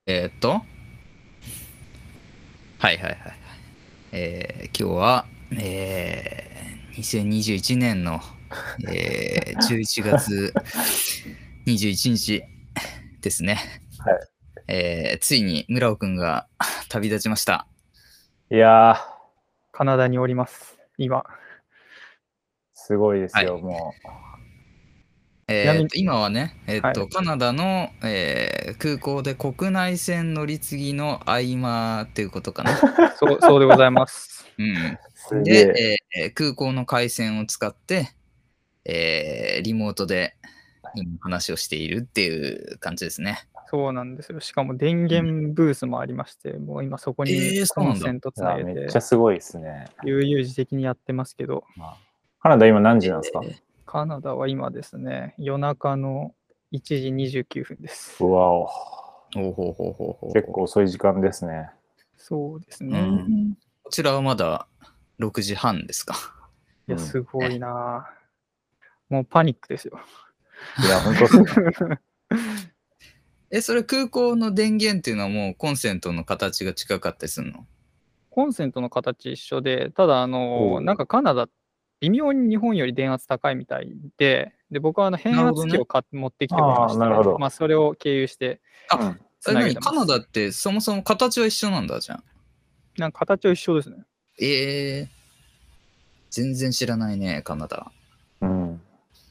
はいはいはい。今日は、2021年の、11月21日ですね。 はい。 ついに村尾くんが旅立ちました。 いやー、 カナダにおります、今。 すごいですよ、 はいも今はね、 はいカナダの、空港で国内線乗り継ぎの合間っていうことかな。 そうでございます。 うん。 すげで、空港の回線を使って、リモートで今話をしているっていう感じですね。 そうなんですよ。しかも電源ブースもありまして、もう今そこにそうなんだ。 コンセントいや、 つなげてめっちゃ、すごいですね。 悠々自適にやってますけど、 カナダ今何時なんですか？ カナダは今ですね、夜中の1時29分です。 うわお、 ほうほうほうほうほう。 結構遅い時間ですね。 そうですね。 うんこちらはまだ6時半ですか。 いや、すごいなぁ。もうパニックですよ。 いや、本当っすね。 それ空港の電源っていうのはもうコンセントの形が近かったりするの？ コンセントの形一緒で、ただおうなんかカナダ、微妙に日本より電圧高いみたいで、僕は変圧器を持ってきておりまして、 なるほど。 まあそれを経由してつなげてます。 カナダってそもそも形は一緒なんだじゃん。 なんか形は一緒ですね。 全然知らないね、カナダ。 うん。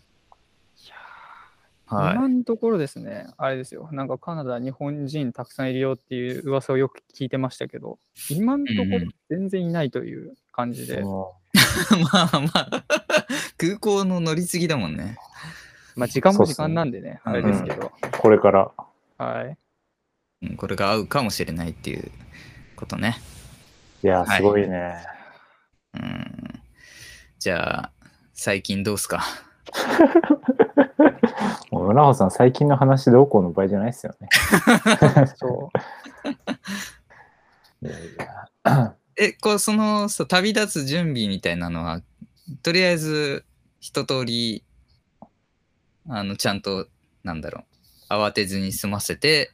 はい。 今のところですね、あれですよ、なんかカナダ、日本人たくさんいるよっていう噂をよく聞いてましたけど、今のところ全然いないという感じで、 まあまあ、空港の乗り継ぎだもんね。 まあ時間も時間なんでね、あれですけど、 これから。 はい。 これが合うかもしれないっていうことね。 いや、すごいね。 じゃあ、最近どうすか？ もう村尾さん、最近の話どうこうの場合じゃないですよね。 そう。 いやいやそのさ、旅立つ準備みたいなのは、とりあえず一通り、ちゃんと、なんだろう、慌てずに済ませて、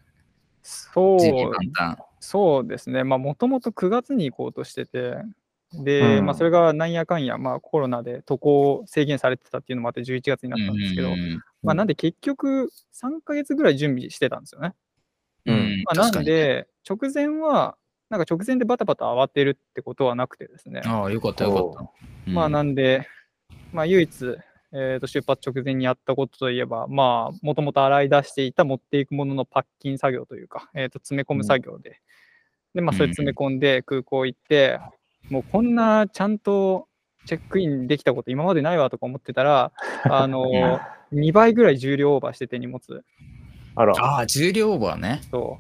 そうですね、まあもともと9月に行こうとしてて、で、まあそれがなんやかんや、まあコロナで渡航制限されてたっていうのもあって11月になったんですけど、まあなんで結局3ヶ月ぐらい準備してたんですよね。まあなんで、直前は、なんか直前でバタバタ慌てるってことはなくてですね。 ああ、よかったよかった。 まあなんで、まあ唯一、出発直前にやったことといえば、まあ、もともと洗い出していた持っていくもののパッキン作業というか、詰め込む作業で、で、まあ、それ詰め込んで空港行って、もうこんなちゃんとチェックインできたこと今までないわとか思ってたら、2倍ぐらい重量オーバーしてて、荷物。 ああ、重量オーバーね。 そう。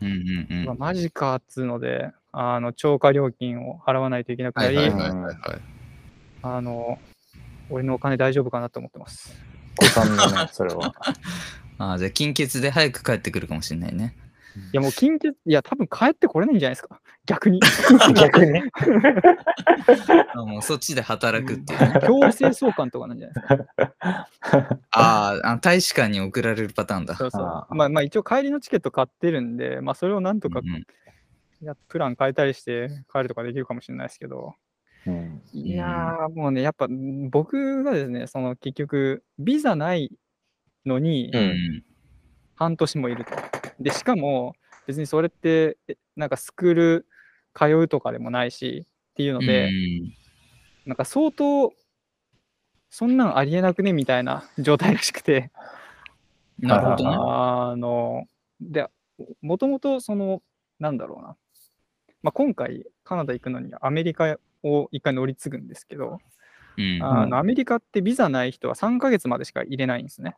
マジかっつうので、超過料金を払わないといけなくなり、俺のお金大丈夫かなと思ってます。 誤算だね、それは。 じゃあ、金欠で早く帰ってくるかもしれないね。 いや、もう金欠、いや、多分帰ってこれないんじゃないですか。逆に。 逆にもうそっちで働くっていうね。 強制送還とかなんじゃないですか。 大使館に送られるパターンだ。 そうそう。まあ一応帰りのチケット買ってるんで、まあそれをなんとか、プラン変えたりして帰るとかできるかもしれないですけど。いやー、もうね、やっぱ僕がですね、結局、ビザないのに、半年もいると。で、しかも、別にそれって、なんかスクール通うとかでもないし、っていうので、なんか相当、そんなんありえなくねみたいな状態らしくて。 なるほどね。で、もともとなんだろうな。まあ、今回、カナダ行くのにアメリカを一回乗り継ぐんですけど、アメリカってビザない人は3ヶ月までしか入れないんですね。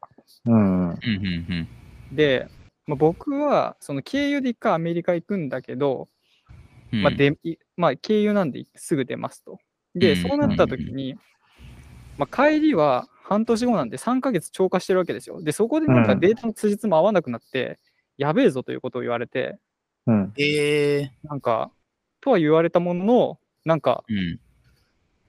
で、まあ、僕は経由で一回アメリカ行くんだけど、まあ、経由なんですぐ出ますと。で、そうなった時に、まあ、帰りは半年後なんで3ヶ月超過してるわけですよ。で、そこでなんかデータの辻褄合わなくなって、やべえぞということを言われて、なんか、とは言われたものの、なんか、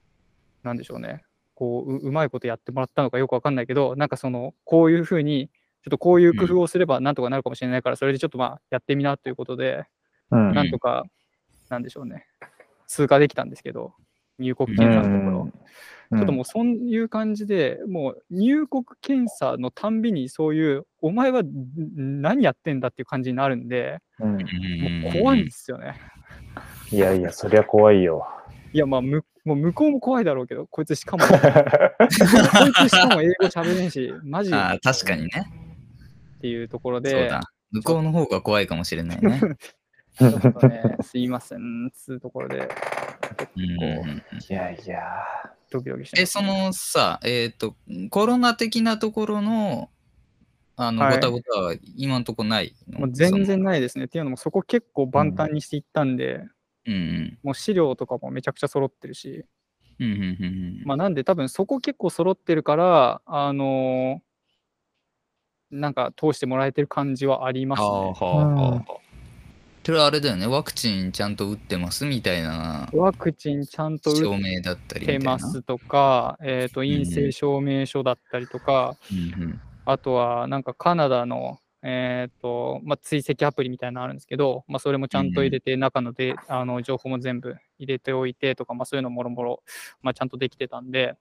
なんでしょうね、こう、うまいことやってもらったのかよくわかんないけど、なんかこういうふうに、 ちょっとこういう工夫をすればなんとかなるかもしれないから、それでちょっとまあやってみなということで、なんとか、なんでしょうね、通過できたんですけど、入国検査のところ。ちょっともうそういう感じで、もう入国検査のたんびにそういう、お前は何やってんだっていう感じになるんで、もう怖いんですよね。 いやいや、そりゃ怖いよ。 いや、まあ、もう向こうも怖いだろうけど、こいつしかも、こいつしかも英語喋れんし、マジああ、確かにね。 っていうところで、 そうだ。向こうの方が怖いかもしれないね。 ちょっとね、すいません、つうところで、 いやいや。 ドキドキしてます。 そのさ、コロナ的なところの、ごたごたは今のところないの？ もう全然ないですね。っていうのも、そこ結構万端にしていったんで、もう資料とかもめちゃくちゃ揃ってるし、まあなんで多分そこ結構揃ってるから、なんか通してもらえてる感じはありますね。 それはあれだよね、ワクチンちゃんと打ってますみたいなワクチンちゃんと証明だったりみたいな。 打ってますとか、陰性証明書だったりとか、あとはなんかカナダの、まあ、追跡アプリみたいなのあるんですけど、まあ、それもちゃんと入れて、中ので情報も全部入れておいてとか、まあ、そういうのもろもろ、まあ、ちゃんとできてたんで、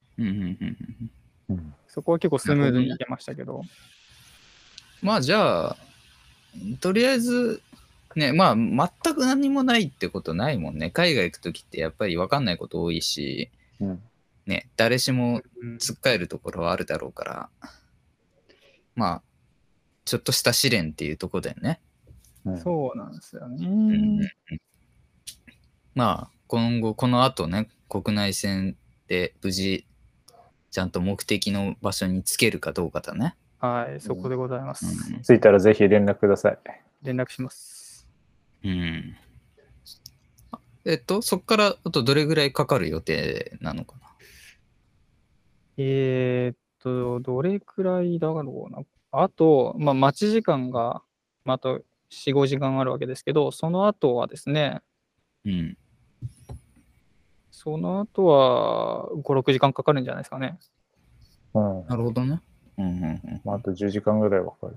そこは結構スムーズにいけましたけど。 まあじゃあ、とりあえず、ね、まあ全く何もないってことないもんね。海外行くときってやっぱり分かんないこと多いし、ね、誰しもつっかえるところはあるだろうから、まあ、ちょっとした試練っていうとこだよね。 そうなんですよね。 まあ、今後、この後ね、国内線で無事、ちゃんと目的の場所につけるかどうかだね。 はい、そこでございます。 着いたらぜひ連絡ください。 連絡します。 そっからあとどれぐらいかかる予定なのかな？ どれくらいだろうな。あと、まあ、待ち時間が、あと4、5時間あるわけですけど、その後はですね、その後は5、6時間かかるんじゃないですかね。 なるほどね。 あと10時間ぐらいはかかる。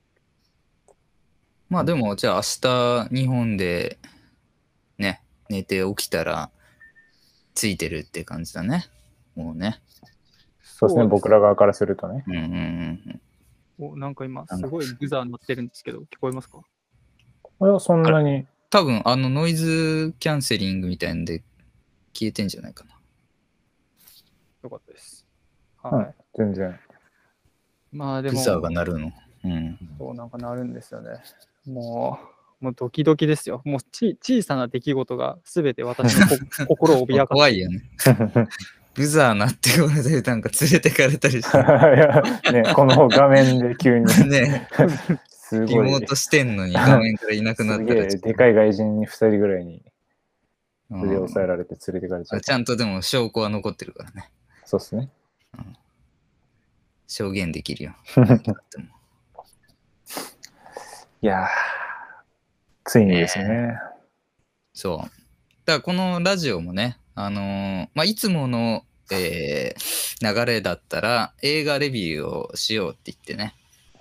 まあでも、じゃあ明日日本でね、寝て起きたらついてるって感じだね。もうね。 そうですね、僕ら側からするとね。 なんか今、すごいブザー鳴ってるんですけど、聞こえますか？ いや、そんなに。 多分、ノイズキャンセリングみたいんで消えてんじゃないかな。 よかったです。 はい。全然。 まあでも、 ブザーが鳴るの。 そうなんか鳴るんですよね。もうドキドキですよ。もう小さな出来事が全て私の心を脅かす。 怖いよね。ブザー鳴ってこれでなんか連れてかれたりして。 いや、ね、この画面で急に。 ね、すごい。リモートしてんのに画面からいなくなったら。 でかい外人に2人ぐらいに腕を押さえられて連れてかれちゃう。 ちゃんとでも証拠は残ってるからね。 そうっすね。 証言できるよ。 いやー、ついにですね。 そう。だからこのラジオもね、まあ、いつもの、流れだったら映画レビューをしようって言ってね。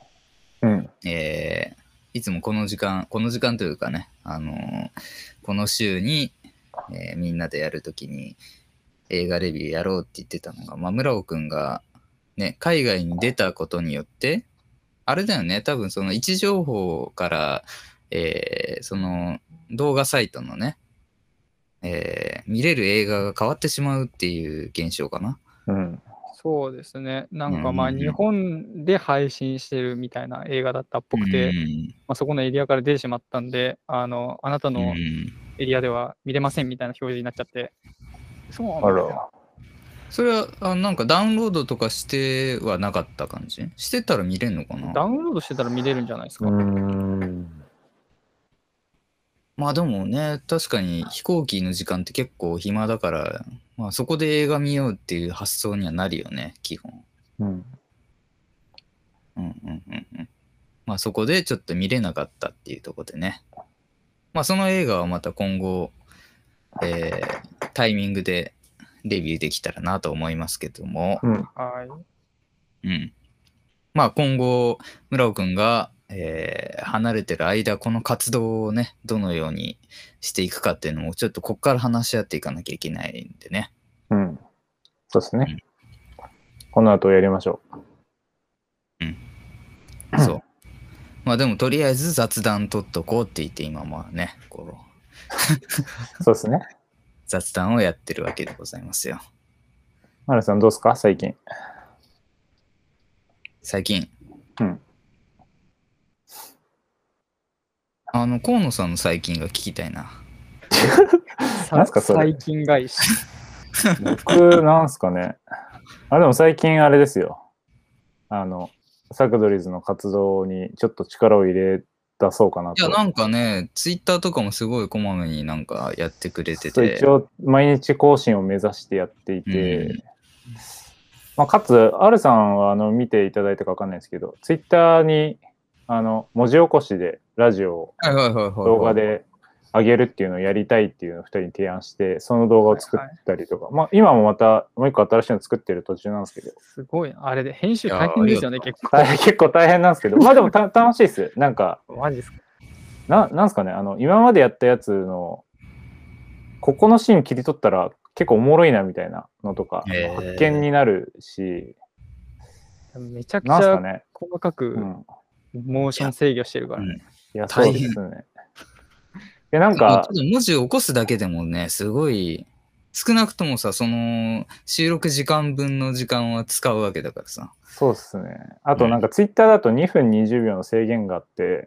いつもこの時間というかね、この週に、みんなでやるときに映画レビューやろうって言ってたのが、まあ、村尾くんがね、海外に出たことによって、あれだよね、多分その位置情報から、その動画サイトのね、見れる映画が変わってしまうっていう現象かな。 そうですね。なんかまあ日本で配信してるみたいな映画だったっぽくて、まあ、そこのエリアから出てしまったんで、あなたのエリアでは見れませんみたいな表示になっちゃって。そうなんだよ。 それはなんかダウンロードとかしてはなかった感じ？してたら見れるのかな？ ダウンロードしてたら見れるんじゃないですか。 まあでもね、確かに飛行機の時間って結構暇だから、まあそこで映画見ようっていう発想にはなるよね、基本。まあそこでちょっと見れなかったっていうところでね。まあその映画はまた今後、タイミングでレビューできたらなと思いますけども。 まあ今後、村尾くんが、離れてる間、この活動をね、どのようにしていくかっていうのも、ちょっとこっから話し合っていかなきゃいけないんでね。 うん。そうですね。この後やりましょう。そう。まあでもとりあえず雑談取っとこうって言って今まあね、こう。そうですね。 雑談をやってるわけでございますよ。 マルさんどうですか最近。 最近。 うん。 河野さんの最近が聞きたいな。 なんすかそれ。 最近返し。 僕、なんすかね。でも最近あれですよ。サクドリズの活動にちょっと力を入れ出そうかなと。 いや、なんかね、ツイッターとかもすごいこまめになんかやってくれてて。 一応、毎日更新を目指してやっていて、まあ、かつ、R さんは見ていただいたか分かんないですけど、ツイッターに文字起こしでラジオを動画で上げるっていうのをやりたいっていうのを2人に提案して、その動画を作ったりとか、まあ、今もまたもう一個新しいの作ってる途中なんですけど。 すごい、あれで編集大変ですよね、結構。 結構大変なんですけど、まあでも楽しいです。なんか、 マジですか。 なんすかね、今までやったやつの、ここのシーン切り取ったら結構おもろいなみたいなのとか、発見になるし、 めちゃくちゃ細かくモーション制御してるからね。 いや、そうですね。なんか、 文字を起こすだけでもね、すごい、少なくともさ、その収録時間分の時間は使うわけだからさ。 そうですね。あとなんかツイッターだと2分20秒の制限があって、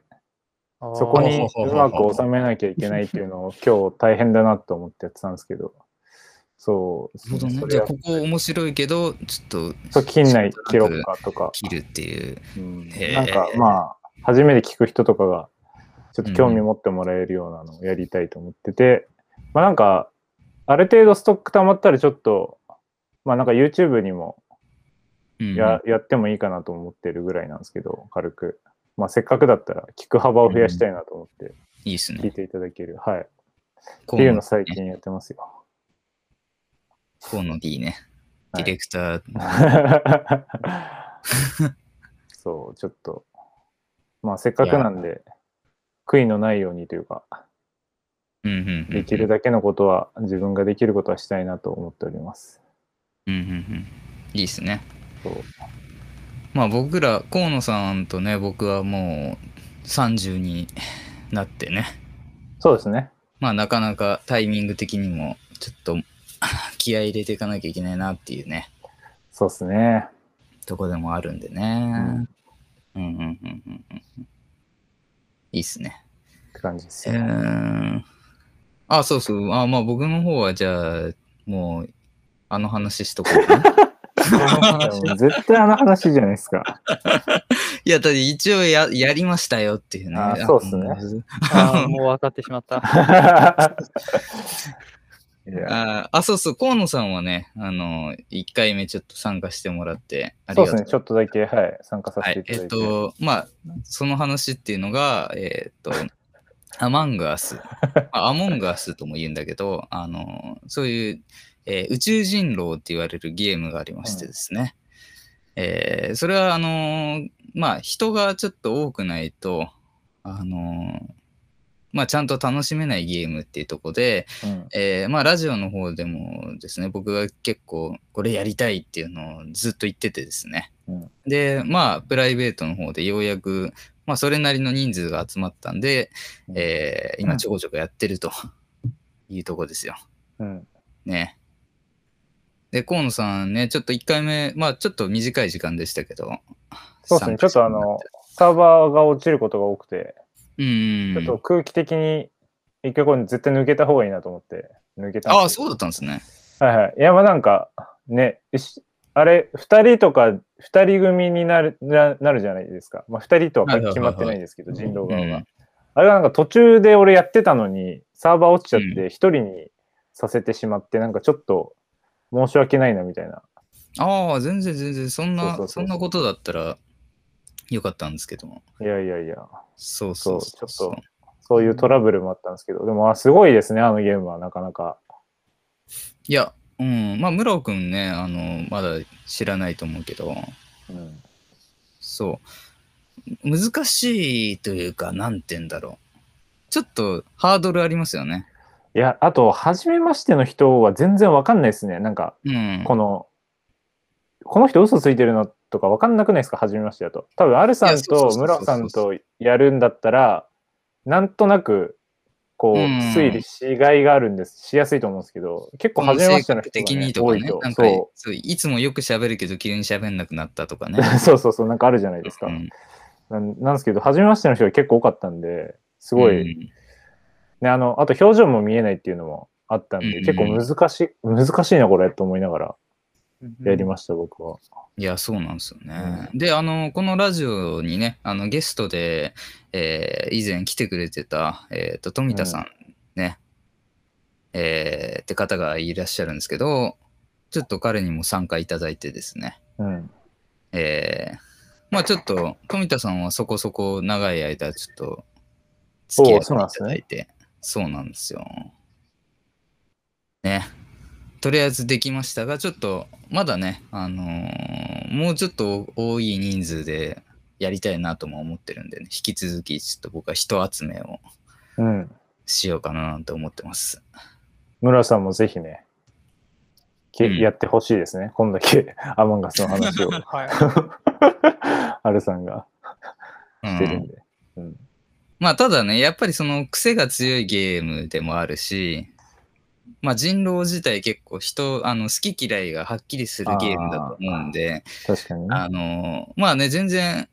そこにうまく収めなきゃいけないっていうのを今日大変だなと思ってやってたんですけど、そうですね。 じゃあここ面白いけど、ちょっと。切んない、切ろうかとか。 切るっていう。 なんかまあ、初めて聞く人とかが、ちょっと興味持ってもらえるようなのをやりたいと思ってて、まあなんか、ある程度ストック溜まったらちょっと、まあなんか YouTube にもやってもいいかなと思ってるぐらいなんですけど、軽く。まあせっかくだったら聞く幅を増やしたいなと思って、 いいですね。 聞いていただける。はい。っていうの最近やってますよ。 河野 D ね。ディレクター。 そう、ちょっと、まあせっかくなんで、悔いのないようにというか、できるだけのことは、自分ができることはしたいなと思っております。 いいですね。まあ僕ら、河野さんとね、僕はもう30になってね。 そうですね。 まあなかなかタイミング的にも、ちょっと気合い入れていかなきゃいけないなっていうね。 そうですね。 とこでもあるんでね。いいっすね。 って感じですよ。 あ、そうそう。まあ僕の方はじゃあ、もう、あの話しとこうかな。 絶対あの話じゃないですか。 いや、だって一応やりましたよっていうね。 そうっすね。 もう分かってしまった。 そうそう、河野さんはね、1回目ちょっと参加してもらって、 そうですね、ちょっとだけ、はい、参加させていただいて。 まあ、その話っていうのが、アマンガース。アモンガースとも言うんだけど、そういう、宇宙人狼って言われるゲームがありましてですね。それは、まあ、人がちょっと多くないと、まあ、ちゃんと楽しめないゲームっていうところで、まあ、ラジオの方でもですね、僕が結構これやりたいっていうのをずっと言っててですね。で、まあ、プライベートの方でようやく、まあ、それなりの人数が集まったんで、今ちょこちょこやってるというとこですよ。ね。で、河野さんね、ちょっと1回目、まあ、ちょっと短い時間でしたけど。 そうですね、ちょっとサーバーが落ちることが多くて、ちょっと空気的に一回これ絶対抜けた方がいいなと思って抜けたんです。 ああ、そうだったんですね。 はいはい。いや、まあなんかね、あれ、2人とか2人組になるじゃないですか。まあ2人とは決まってないんですけど、人狼側が。あれはなんか途中で俺やってたのに、サーバー落ちちゃって1人にさせてしまって、なんかちょっと申し訳ないなみたいな。 ああ、全然、そんなことだったらよかったんですけども。 いや。 そう。 ちょっと、そういうトラブルもあったんですけど、でも、すごいですね、あのゲームは、なかなか。 いや、まあ、村尾くんね、まだ知らないと思うけど、 そう。難しいというか、なんて言うんだろう。ちょっとハードルありますよね。 いや、あと、初めましての人は全然わかんないですね。なんか、 うん。 この人嘘ついてるのとかわかんなくないですか、初めましてだと。多分、アルさんとムラさんとやるんだったら、なんとなく、こう、推理しがいがあるんです、しやすいと思うんですけど、結構初めましての人が、ね、多いと、 なんかそういつもよく喋るけど急に喋んなくなったとかね。 そうそうそう、なんかあるじゃないですか。なんですけど、初めましての人が結構多かったんで、すごい、ね、あと表情も見えないっていうのもあったんで、結構難しいな、これ、と思いながらやりました、僕は。 いや、そうなんですよね。で、このラジオにね、ゲストで、以前来てくれてた、富田さんね、って方がいらっしゃるんですけど、ちょっと彼にも参加いただいてですね。まあちょっと、富田さんはそこそこ長い間、ちょっと、付き合っていただいて、そうなんですよ。ね。とりあえずできましたが、ちょっと、まだね、もうちょっと多い人数でやりたいなとも思ってるんでね、引き続き、ちょっと僕は人集めをしようかななんて思ってます。 村さんもぜひね、やってほしいですね。こんだけアマンガスの話を。アルさんがしてるんで。 まあ、ただね、やっぱりその癖が強いゲームでもあるし、まあ人狼自体結構好き嫌いがはっきりするゲームだと思うんで、 確かにね。 まあね、全然、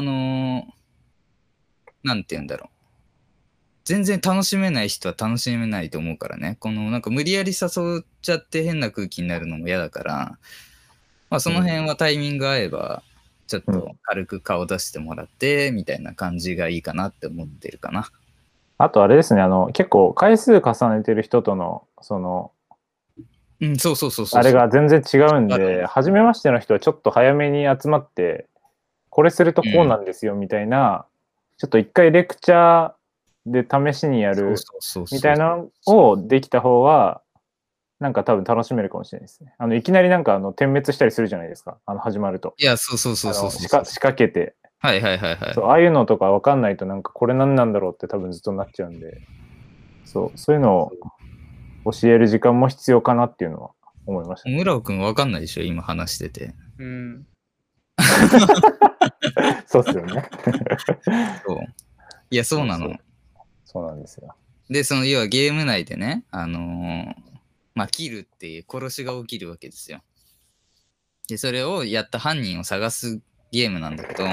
なんて言うんだろう。全然楽しめない人は楽しめないと思うからね。なんか無理やり誘っちゃって変な空気になるのも嫌だから、まあその辺はタイミング合えば、ちょっと軽く顔出してもらって、みたいな感じがいいかなって思ってるかな。 あとあれですね、結構回数重ねてる人との、 そう。 あれが全然違うんで、初めましての人はちょっと早めに集まって、これするとこうなんですよみたいな、ちょっと一回レクチャーで試しにやるみたいなのをできた方は、なんか多分楽しめるかもしれないですね。いきなりなんか点滅したりするじゃないですか、始まると。 いや、そう。仕掛けて。 はい。 そう、ああいうのとか分かんないとなんかこれ何なんだろうって多分ずっとなっちゃうんで、そういうのを教える時間も必要かなっていうのは思いました、ね。 村尾くん分かんないでしょ、今話してて。 そうっすよね。 そう。いや、そうなの。 そうなんですよ。 で、要はゲーム内でね、まあ、キルっていう殺しが起きるわけですよ。で、それをやった犯人を探すゲームなんだけど、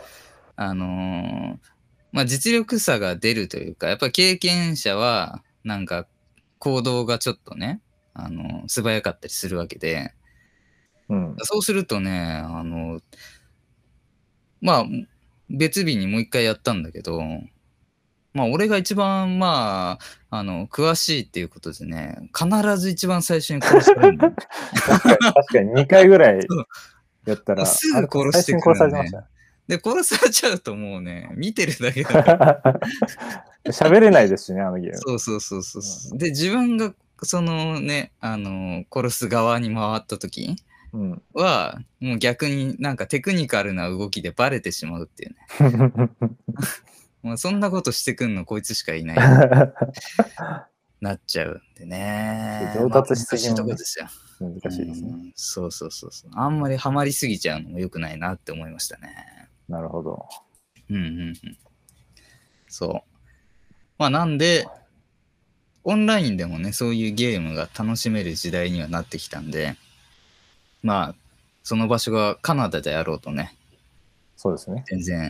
まあ、実力差が出るというか、やっぱり経験者は、なんか、行動がちょっとね、素早かったりするわけで、そうするとね、まあ、別日にもう一回やったんだけど、まあ、俺が一番、まあ、詳しいっていうことでね、必ず一番最初に殺されるの。 確かに2回ぐらいやったら、 すぐ殺してくるんで。で、殺されちゃうともうね、見てるだけだから。 喋れないですしね、あのゲーム。そう。で、自分が、殺す側に回った時は、もう逆になんかテクニカルな動きでバレてしまうっていうね。もうそんなことしてくんのこいつしかいない。なっちゃうんでね。 上達しすぎのとこですよ。 難しいですね。 そう。あんまりハマりすぎちゃうのも良くないなって思いましたね。 なるほど。 そう。まあなんで、オンラインでもね、そういうゲームが楽しめる時代にはなってきたんで、まあ、その場所がカナダであろうとね。 そうですね。 全然、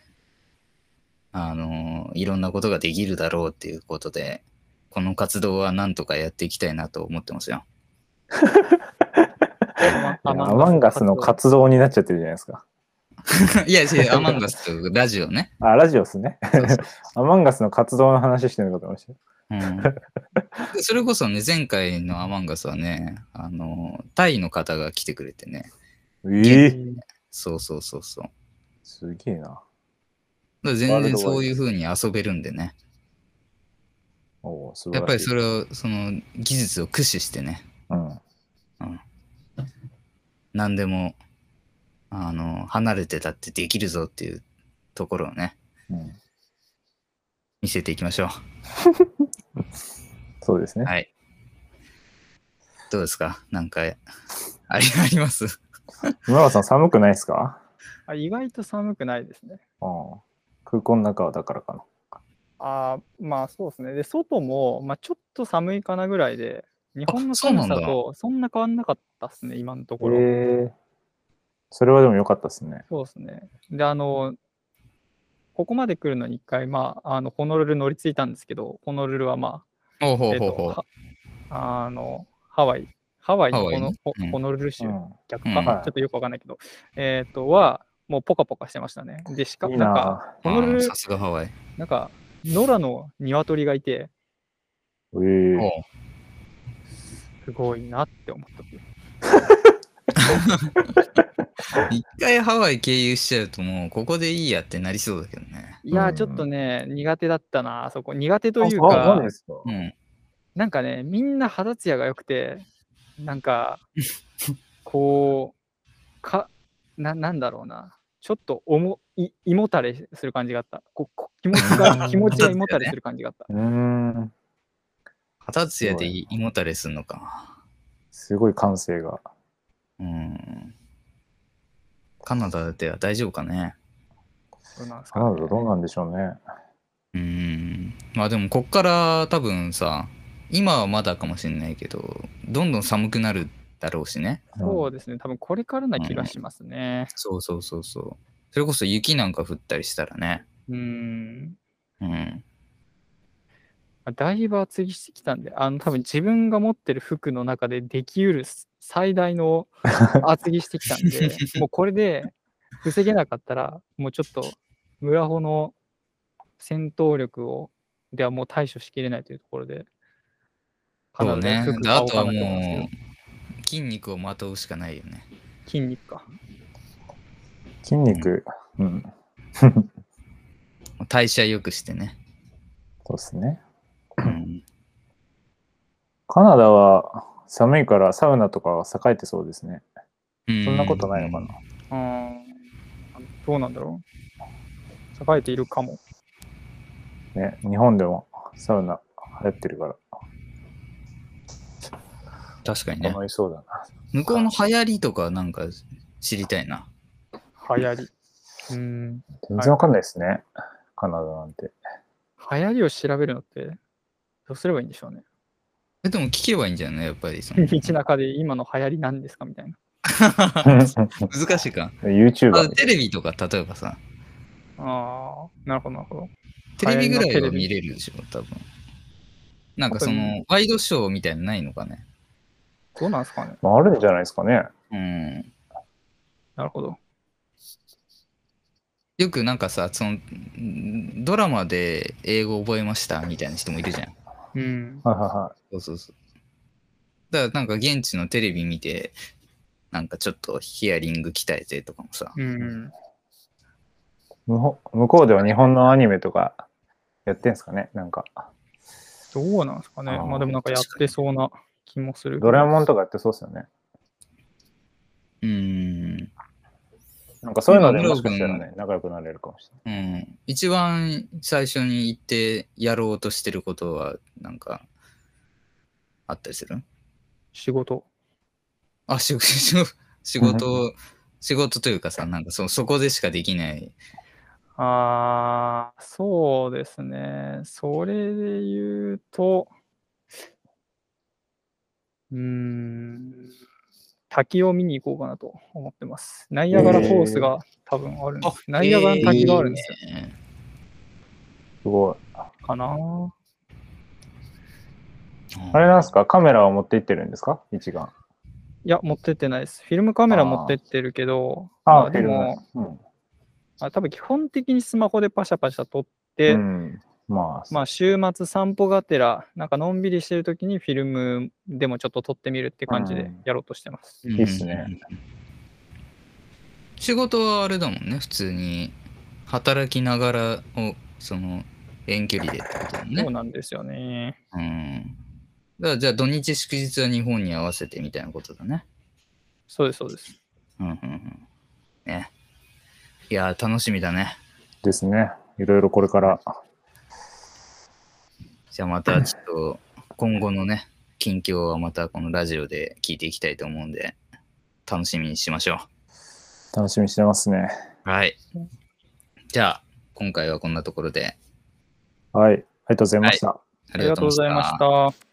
いろんなことができるだろうっていうことで、この活動はなんとかやっていきたいなと思ってますよ。 アマンガスの活動になっちゃってるじゃないですか。 いや、アマンガスとラジオね。 ラジオっすね。アマンガスの活動の話してるのかと思いました。 それこそね、前回のアマンガスはね、タイの方が来てくれてね。そう。 すげえな。 全然そういう風に遊べるんでね。やっぱりそれを、その技術を駆使してね。何でも離れてたってできるぞっていうところをね、見せていきましょう。 そうですね。 はい。どうですか？なんかあります？ 村川さん、寒くないですか？ 意外と寒くないですね。 空港の中だからかな。まあそうですね。で、外も、ちょっと寒いかなぐらいで、日本の寒そうなんだ。 さとそんな変わんなかったですね、今のところ。 それはでも良かったですね。 そうですね。で、ここまで来るのに一回、ホノルル乗り継いだんですけど、ホノルルはハワイのホノルル州、逆か、ちょっとよくわかんないけど、は、もうポカポカしてましたね。で、なんか、ホノルル、 さすがハワイ。 なんか、野良の鶏がいて、すごいなって思った。 一回ハワイ経由しちゃうともうここでいいやってなりそうだけどね。 いや、ちょっとね、苦手だったな、そこ。苦手というか、なんかね、みんな肌ツヤが良くて、なんか、こう、なんだろうな、ちょっと胃もたれする感じがあった。気持ちが胃もたれする感じがあった。 肌ツヤで胃もたれするのか。 すごい感性が。 カナダでは大丈夫かね。 カナダどうなんでしょうね。 まあでもこっから多分さ、今はまだかもしれないけど、どんどん寒くなるだろうしね。 そうですね、多分これからな気がしますね。 そう。それこそ雪なんか降ったりしたらね。 だいぶ厚着してきたんで、多分自分が持ってる服の中でできうる最大の厚着してきたんで、もうこれで防げなかったら、もうちょっと村穂の戦闘力ではもう対処しきれないというところで、カナダで服買おうかなと思いますけど。 筋肉をまとうしかないよね。 筋肉か。 筋肉、 代謝良くしてね。 そうですね。カナダは寒いからサウナとか栄えてそうですね。そんなことないのかな。 どうなんだろう。栄えているかも。 ね、日本でもサウナ流行ってるから。 確かにね。 楽しそうだな。 向こうの流行りとかなんか知りたいな。 流行り。 全然わかんないですね。カナダなんて。 流行りを調べるのってどうすればいいんでしょうね。 でも聞けばいいんじゃないやっぱり。 道中で今の流行りなんですかみたいな。 難しいか。 YouTuber。 テレビとか例えばさ。 なるほど、なるほど。 テレビぐらいは見れるでしょ、多分。なんかその、ワイドショーみたいなのないのかね。 どうなんですかね。 あるんじゃないですかね。 なるほど。 よくなんかさ、その、ドラマで英語覚えましたみたいな人もいるじゃん。そう。だからなんか現地のテレビ見て、なんかちょっとヒアリング鍛えてとかもさ。 向こうでは日本のアニメとかやってんすかね、なんか。 どうなんですかね。でもなんかやってそうな気もする。 ドラえもんとかやってそうですよね。なんかそういうのでもしかしたらね、仲良くなれるかもしれない。 一番最初に行ってやろうとしてることは、なんか、あったりする？ 仕事。 仕事というかさ、なんかそこでしかできない。 そうですね。それで言うと、滝を見に行こうかなと思ってます。ナイアガラフォースが多分あるんです。ナイアガラの滝があるんですよ。 すごい。 かな。 あれなんですか？カメラを持って行ってるんですか？一眼。 いや、持ってってないです。フィルムカメラ持ってってるけど、でも、多分基本的にスマホでパシャパシャ撮って、週末散歩がてら、なんかのんびりしてるときにフィルムでもちょっと撮ってみるって感じでやろうとしてます。 いいっすね。 仕事はあれだもんね、普通に働きながらその遠距離でってことだもんね。 そうなんですよね。 じゃあ土日祝日は日本に合わせてみたいなことだね。 そうです、そうです。 ね。いやー、楽しみだね。 ですね。いろいろこれから。 じゃあまたちょっと今後のね、近況はまたこのラジオで聞いていきたいと思うんで、楽しみにしましょ楽しみにしてますね。 う。はい。じゃあ、今回はこんなところで。 はい。ありがとうございました。 ありがとうございました。